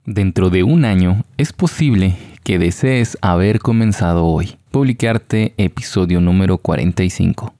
Dentro de un año es posible que desees haber comenzado hoy. Publicarte episodio número 45.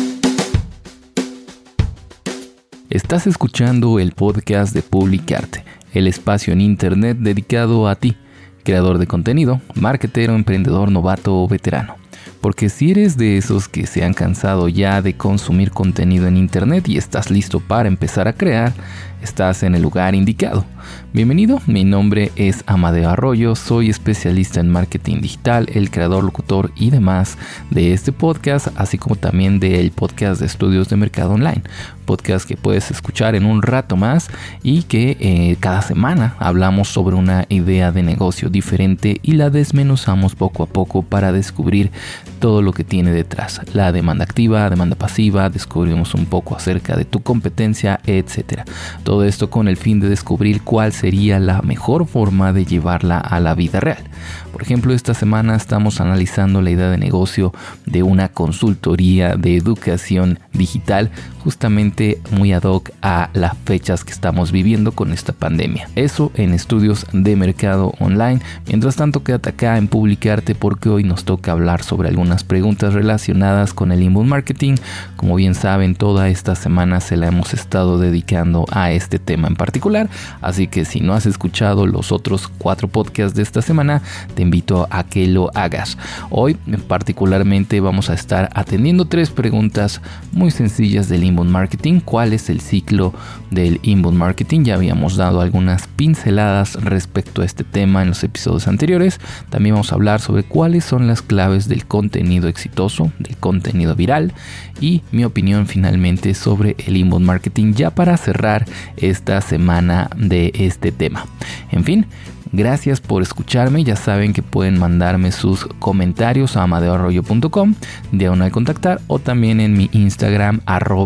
Estás escuchando el podcast de Publicarte, el espacio en internet dedicado a ti, creador de contenido, marketero, emprendedor, novato o veterano. Porque si eres de esos que se han cansado ya de consumir contenido en internet y estás listo para empezar a crear, estás en el lugar indicado. Bienvenido, mi nombre es Amadeo Arroyo, soy especialista en marketing digital, el creador, locutor y demás de este podcast, así como también del podcast de estudios de mercado online, podcast que puedes escuchar en un rato más y que cada semana hablamos sobre una idea de negocio diferente y la desmenuzamos poco a poco para descubrir todo lo que tiene detrás, la demanda activa, demanda pasiva, descubrimos un poco acerca de tu competencia, etcétera. Todo esto con el fin de descubrir cuál sería la mejor forma de llevarla a la vida real. Por ejemplo, esta semana estamos analizando la idea de negocio de una consultoría de educación digital, justamente muy ad hoc a las fechas que estamos viviendo con esta pandemia. Eso en estudios de mercado online. Mientras tanto, quédate acá en Publicarte porque hoy nos toca hablar sobre algunas preguntas relacionadas con el inbound marketing. Como bien saben, toda esta semana se la hemos estado dedicando a este tema en particular, así que si no has escuchado los otros 4 podcasts de esta semana, te invito a que lo hagas. Hoy particularmente vamos a estar atendiendo 3 preguntas muy sencillas del inbound marketing. ¿Cuál es el ciclo del inbound marketing? Ya habíamos dado algunas pinceladas respecto a este tema en los episodios anteriores. También vamos a hablar sobre cuáles son las claves del contenido exitoso, del contenido viral y mi opinión finalmente sobre el inbound marketing ya para cerrar esta semana de este tema. En fin, gracias por escucharme. Ya saben que pueden mandarme sus comentarios a amadeoarroyo.com, /contactar, o también en mi Instagram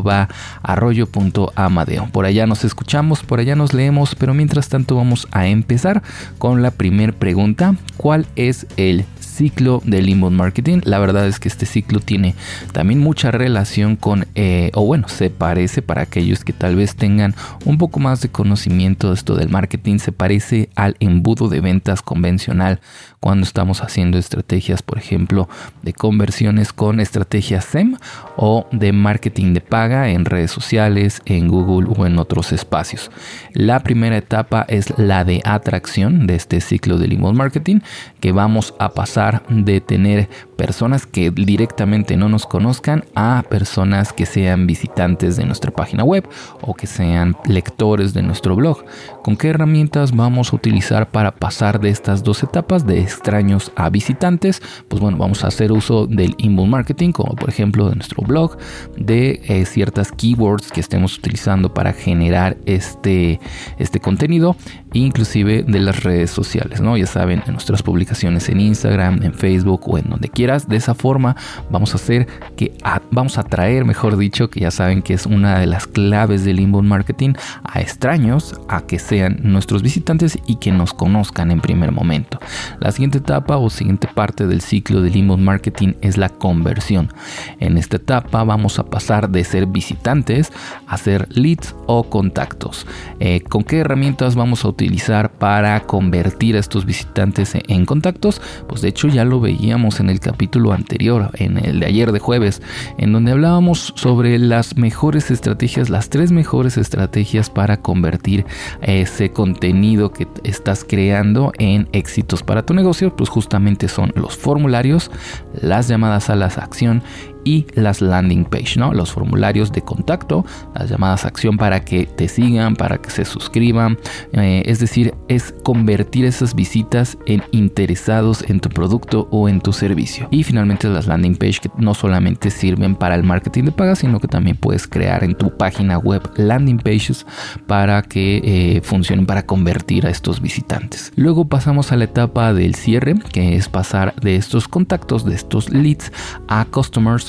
@arroyo.amadeo. Por allá nos escuchamos, por allá nos leemos, pero mientras tanto vamos a empezar con la primera pregunta. ¿Cuál es el ciclo del inbound marketing? La verdad es que este ciclo tiene también mucha relación con, se parece, para aquellos que tal vez tengan un poco más de conocimiento de esto del marketing, se parece al embudo de ventas convencional cuando estamos haciendo estrategias, por ejemplo, de conversiones con estrategias SEM o de marketing de paga en redes sociales, en Google o en otros espacios. La primera etapa es la de atracción de este ciclo del inbound marketing, que vamos a pasar de tener personas que directamente no nos conozcan a personas que sean visitantes de nuestra página web o que sean lectores de nuestro blog. ¿Con qué herramientas vamos a utilizar para pasar de estas 2 etapas, de extraños a visitantes? Pues bueno, vamos a hacer uso del inbound marketing, como por ejemplo de nuestro blog, de ciertas keywords que estemos utilizando para generar este contenido, inclusive de las redes sociales, ¿no? Ya saben, en nuestras publicaciones en Instagram, en Facebook o en donde quieras. De esa forma vamos a atraer, mejor dicho, que ya saben que es una de las claves del inbound marketing, a extraños a que sean nuestros visitantes y que nos conozcan en primer momento. La siguiente etapa o siguiente parte del ciclo del inbound marketing es la conversión. En esta etapa vamos a pasar de ser visitantes a ser leads o contactos. ¿Con qué herramientas vamos a utilizar para convertir a estos visitantes en contactos? Pues de hecho ya lo veíamos en el capítulo anterior, en el de ayer de jueves, en donde hablábamos sobre las mejores estrategias, las 3 mejores estrategias para convertir ese contenido que estás creando en éxitos para tu negocio. Pues justamente son los formularios, las llamadas a la acción y las landing page, ¿no? Los formularios de contacto, las llamadas a acción para que te sigan, para que se suscriban, es decir, es convertir esas visitas en interesados en tu producto o en tu servicio. Y finalmente las landing page, que no solamente sirven para el marketing de paga, sino que también puedes crear en tu página web landing pages para que funcionen para convertir a estos visitantes. Luego pasamos a la etapa del cierre, que es pasar de estos contactos, de estos leads, a customers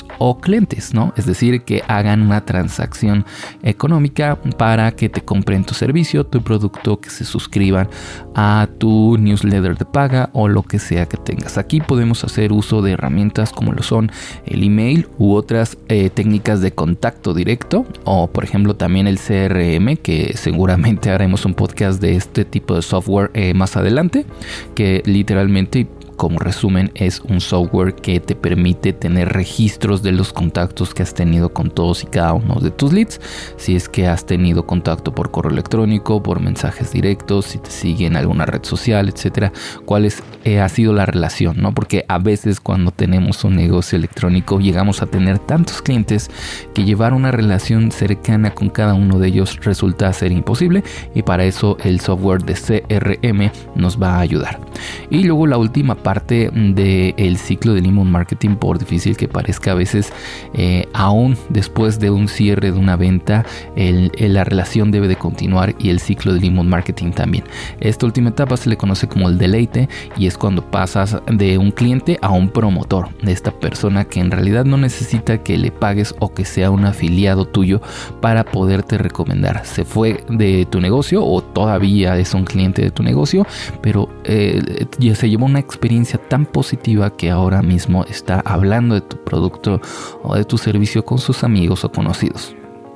o clientes, ¿no? Es decir, que hagan una transacción económica para que te compren tu servicio, tu producto, que se suscriban a tu newsletter de paga o lo que sea que tengas. Aquí podemos hacer uso de herramientas como lo son el email u otras técnicas de contacto directo, o por ejemplo también el CRM, que seguramente haremos un podcast de este tipo de software más adelante, que literalmente, como resumen, es un software que te permite tener registros de los contactos que has tenido con todos y cada uno de tus leads. Si es que has tenido contacto por correo electrónico, por mensajes directos, si te siguen en alguna red social, etcétera, cuál ha sido la relación, ¿no? Porque a veces cuando tenemos un negocio electrónico llegamos a tener tantos clientes que llevar una relación cercana con cada uno de ellos resulta ser imposible, y para eso el software de CRM nos va a ayudar. Y luego la última parte del ciclo del inbound marketing, por difícil que parezca a veces, aún después de un cierre de una venta, la relación debe de continuar, y el ciclo del inbound marketing también. Esta última etapa se le conoce como el deleite, y es cuando pasas de un cliente a un promotor, de esta persona que en realidad no necesita que le pagues o que sea un afiliado tuyo para poderte recomendar. Se fue de tu negocio o todavía es un cliente de tu negocio, pero ya se llevó una experiencia tan positiva que ahora mismo está hablando de tu producto o de tu servicio con sus amigos o conocidos.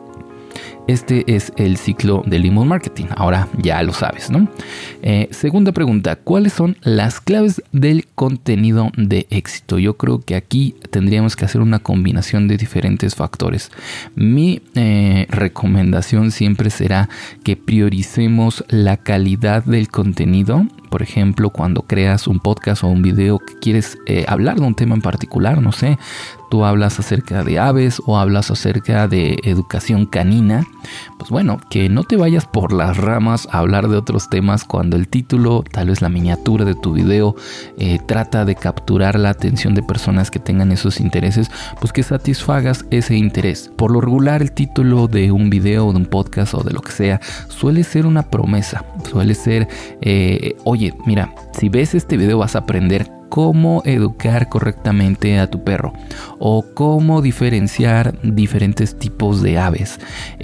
Este es el ciclo del inbound marketing. Ahora ya lo sabes, ¿no? Segunda pregunta: ¿cuáles son las claves del contenido de éxito? Yo creo que aquí tendríamos que hacer una combinación de diferentes factores. Mi recomendación siempre será que prioricemos la calidad del contenido. Por ejemplo, cuando creas un podcast o un video que quieres hablar de un tema en particular, no sé, tú hablas acerca de aves o hablas acerca de educación canina, pues bueno, que no te vayas por las ramas a hablar de otros temas cuando el título, tal vez la miniatura de tu video, trata de capturar la atención de personas que tengan esos intereses, pues que satisfagas ese interés. Por lo regular, el título de un video o de un podcast o de lo que sea suele ser una promesa, suele ser, oye, mira, si ves este video vas a aprender cómo educar correctamente a tu perro o cómo diferenciar diferentes tipos de aves.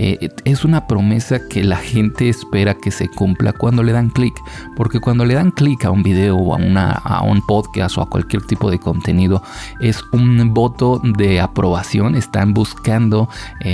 Es una promesa que la gente espera que se cumpla cuando le dan clic, porque cuando le dan clic a un video o a un podcast o a cualquier tipo de contenido, es un voto de aprobación. Están buscando,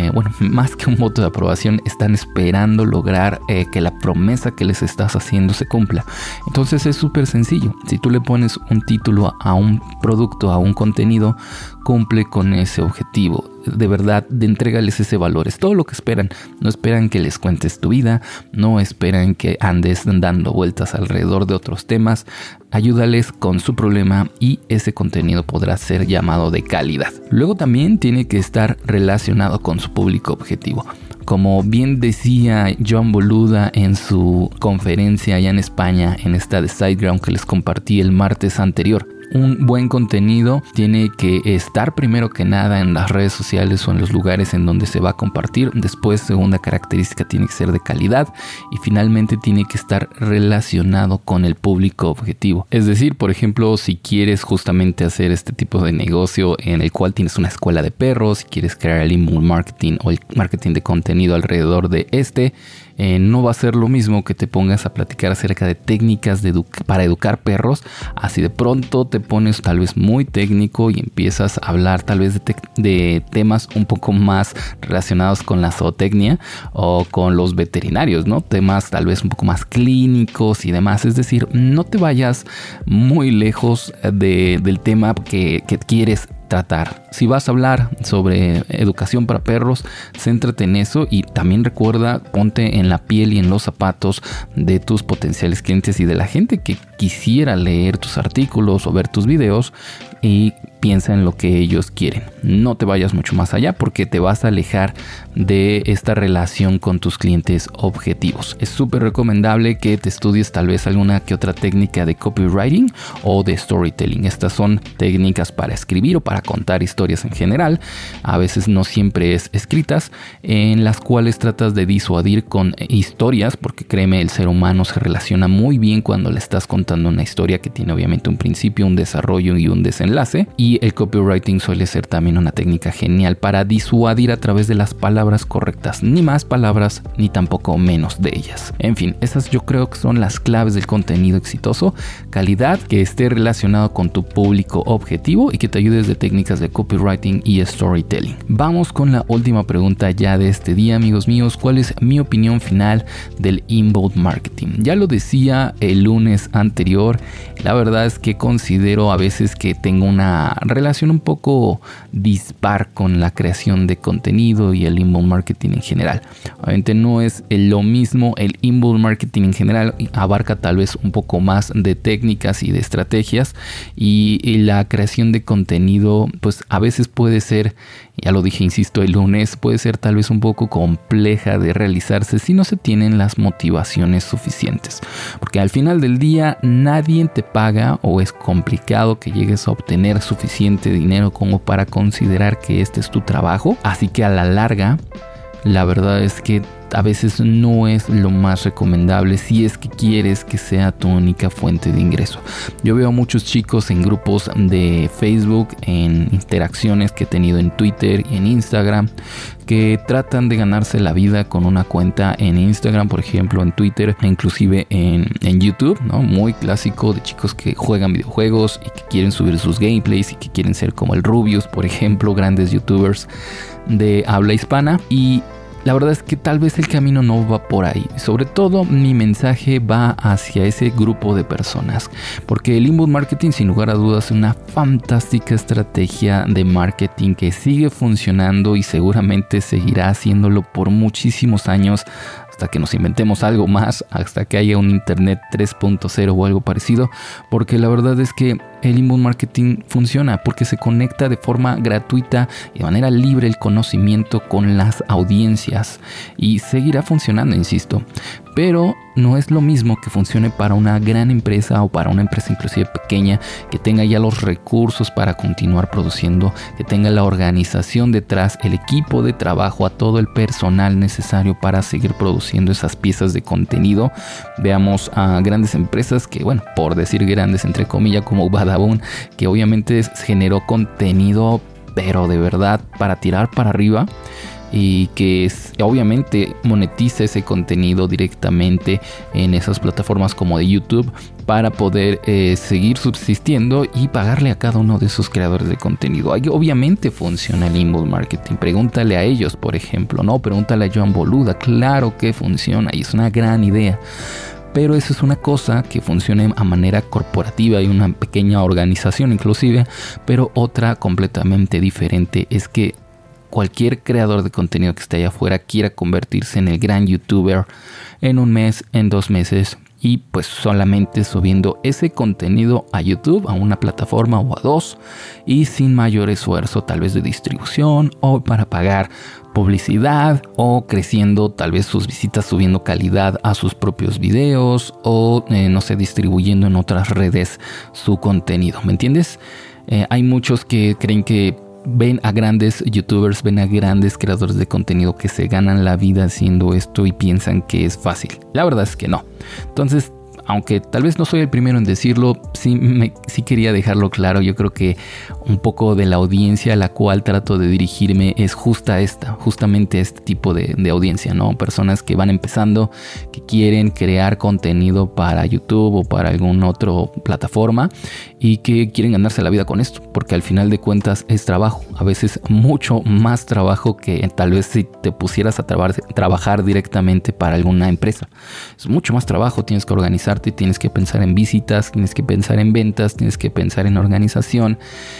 más que un voto de aprobación, están esperando lograr que la promesa que les estás haciendo se cumpla. Entonces es súper sencillo. Si tú le pones un título a un producto, a un contenido, cumple con ese objetivo. De verdad, entrégales ese valor. Es todo lo que esperan. No esperan que les cuentes tu vida, no esperan que andes dando vueltas alrededor de otros temas. Ayúdales con su problema y ese contenido podrá ser llamado de calidad. Luego también tiene que estar relacionado con su público objetivo. Como bien decía John Boluda en su conferencia allá en España, en esta de SiteGround que les compartí el martes anterior, un buen contenido tiene que estar primero que nada en las redes sociales o en los lugares en donde se va a compartir. Después, segunda característica, tiene que ser de calidad, y finalmente tiene que estar relacionado con el público objetivo. Es decir, por ejemplo, si quieres justamente hacer este tipo de negocio en el cual tienes una escuela de perros, si quieres crear el inbound marketing o el marketing de contenido alrededor de no va a ser lo mismo que te pongas a platicar acerca de técnicas para educar perros. Así de pronto te pones tal vez muy técnico y empiezas a hablar tal vez de temas un poco más relacionados con la zootecnia o con los veterinarios, ¿no? Temas tal vez un poco más clínicos y demás. Es decir, no te vayas muy lejos del tema que quieres tratar. Si vas a hablar sobre educación para perros, céntrate en eso, y también recuerda, ponte en la piel y en los zapatos de tus potenciales clientes y de la gente que quisiera leer tus artículos o ver tus videos, y piensa en lo que ellos quieren. No te vayas mucho más allá porque te vas a alejar de esta relación con tus clientes objetivos. Es súper recomendable que te estudies tal vez alguna que otra técnica de copywriting o de storytelling. Estas son técnicas para escribir o para contar historias en general. A veces no siempre es escritas, en las cuales tratas de disuadir con historias, porque créeme, el ser humano se relaciona muy bien cuando le estás contando una historia que tiene obviamente un principio, un desarrollo y un desenlace. Y Y el copywriting suele ser también una técnica genial para disuadir a través de las palabras correctas. Ni más palabras, ni tampoco menos de ellas. En fin, esas yo creo que son las claves del contenido exitoso. Calidad, que esté relacionado con tu público objetivo y que te ayude desde técnicas de copywriting y storytelling. Vamos con la última pregunta ya de este día, amigos míos. ¿Cuál es mi opinión final del inbound marketing? Ya lo decía el lunes anterior. La verdad es que considero a veces que tengo una relación un poco dispar con la creación de contenido y el inbound marketing en general. Obviamente no es lo mismo. El inbound marketing en general abarca tal vez un poco más de técnicas y de estrategias, y la creación de contenido pues a veces puede ser, ya lo dije, insisto, el lunes, puede ser tal vez un poco compleja de realizarse si no se tienen las motivaciones suficientes, porque al final del día nadie te paga, o es complicado que llegues a obtener suficiente dinero como para considerar que este es tu trabajo. Así que a la larga, la verdad es que a veces no es lo más recomendable si es que quieres que sea tu única fuente de ingreso. Yo veo a muchos chicos en grupos de Facebook, en interacciones que he tenido en Twitter y en Instagram, que tratan de ganarse la vida con una cuenta en Instagram, por ejemplo, en Twitter, e inclusive en YouTube, ¿no? Muy clásico de chicos que juegan videojuegos y que quieren subir sus gameplays y que quieren ser como el Rubius, por ejemplo, grandes youtubers de habla hispana. Y la verdad es que tal vez el camino no va por ahí. Sobre todo mi mensaje va hacia ese grupo de personas, porque el inbound marketing sin lugar a dudas es una fantástica estrategia de marketing que sigue funcionando y seguramente seguirá haciéndolo por muchísimos años, hasta que nos inventemos algo más, hasta que haya un internet 3.0 o algo parecido, porque la verdad es que el inbound marketing funciona porque se conecta de forma gratuita y de manera libre el conocimiento con las audiencias, y seguirá funcionando, insisto, pero no es lo mismo que funcione para una gran empresa o para una empresa inclusive pequeña, que tenga ya los recursos para continuar produciendo, que tenga la organización detrás, el equipo de trabajo, a todo el personal necesario para seguir produciendo esas piezas de contenido. Veamos a grandes empresas que, bueno, por decir grandes entre comillas, como Badabun, que obviamente generó contenido, pero de verdad para tirar para arriba, y que obviamente monetiza ese contenido directamente en esas plataformas como de YouTube para poder seguir subsistiendo y pagarle a cada uno de sus creadores de contenido. Ahí obviamente funciona el inbound marketing. Pregúntale a ellos, por ejemplo, ¿no? Pregúntale a Joan Boluda. Claro que funciona y es una gran idea. Pero eso es una cosa que funcione a manera corporativa y una pequeña organización inclusive, pero otra completamente diferente es que cualquier creador de contenido que esté allá afuera quiera convertirse en el gran youtuber en un mes, en 2 meses, y pues solamente subiendo ese contenido a YouTube, a una plataforma o a 2, y sin mayor esfuerzo tal vez de distribución o para pagar publicidad, o creciendo tal vez sus visitas, subiendo calidad a sus propios videos, o no sé, distribuyendo en otras redes su contenido, ¿me entiendes? Hay muchos que creen que ven a grandes youtubers, ven a grandes creadores de contenido que se ganan la vida haciendo esto y piensan que es fácil. La verdad es que no. Entonces, aunque tal vez no soy el primero en decirlo, sí quería dejarlo claro. Yo creo que un poco de la audiencia a la cual trato de dirigirme es justamente este tipo de audiencia, ¿no? Personas que van empezando, que quieren crear contenido para YouTube o para alguna otra plataforma y que quieren ganarse la vida con esto, porque al final de cuentas es trabajo, a veces mucho más trabajo que tal vez si te pusieras a trabajar directamente para alguna empresa. Es mucho más trabajo, tienes que organizarte, tienes que pensar en visitas, tienes que pensar en ventas, tienes que pensar en organización.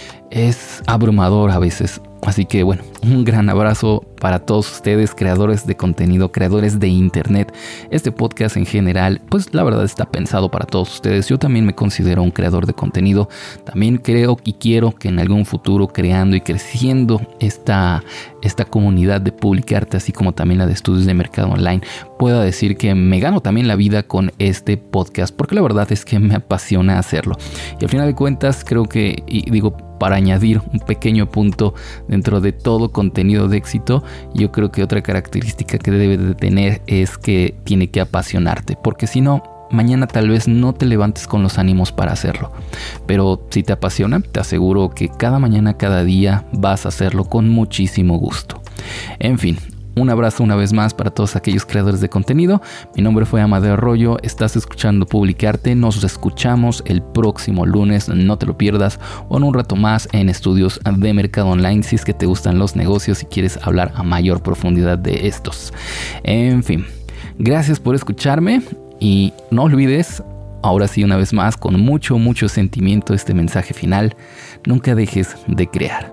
Es abrumador a veces. Así que bueno, un gran abrazo para todos ustedes, creadores de contenido, creadores de internet. Este podcast en general, pues la verdad está pensado para todos ustedes. Yo también me considero un creador de contenido. También creo y quiero que en algún futuro, creando y creciendo esta comunidad de Publicarte, así como también la de estudios de mercado online, pueda decir que me gano también la vida con este podcast, porque la verdad es que me apasiona hacerlo. Y al final de cuentas creo que, y digo, para añadir un pequeño punto dentro de todo contenido de éxito, yo creo que otra característica que debe de tener es que tiene que apasionarte, porque si no, mañana tal vez no te levantes con los ánimos para hacerlo. Pero si te apasiona, te aseguro que cada mañana, cada día vas a hacerlo con muchísimo gusto. En fin, un abrazo una vez más para todos aquellos creadores de contenido. Mi nombre fue Amadeo Arroyo, estás escuchando Publicarte. Nos escuchamos el próximo lunes, no te lo pierdas, o en un rato más en Estudios de Mercado Online, si es que te gustan los negocios y quieres hablar a mayor profundidad de estos. En fin, gracias por escucharme y no olvides, ahora sí una vez más, con mucho sentimiento, este mensaje final: nunca dejes de crear.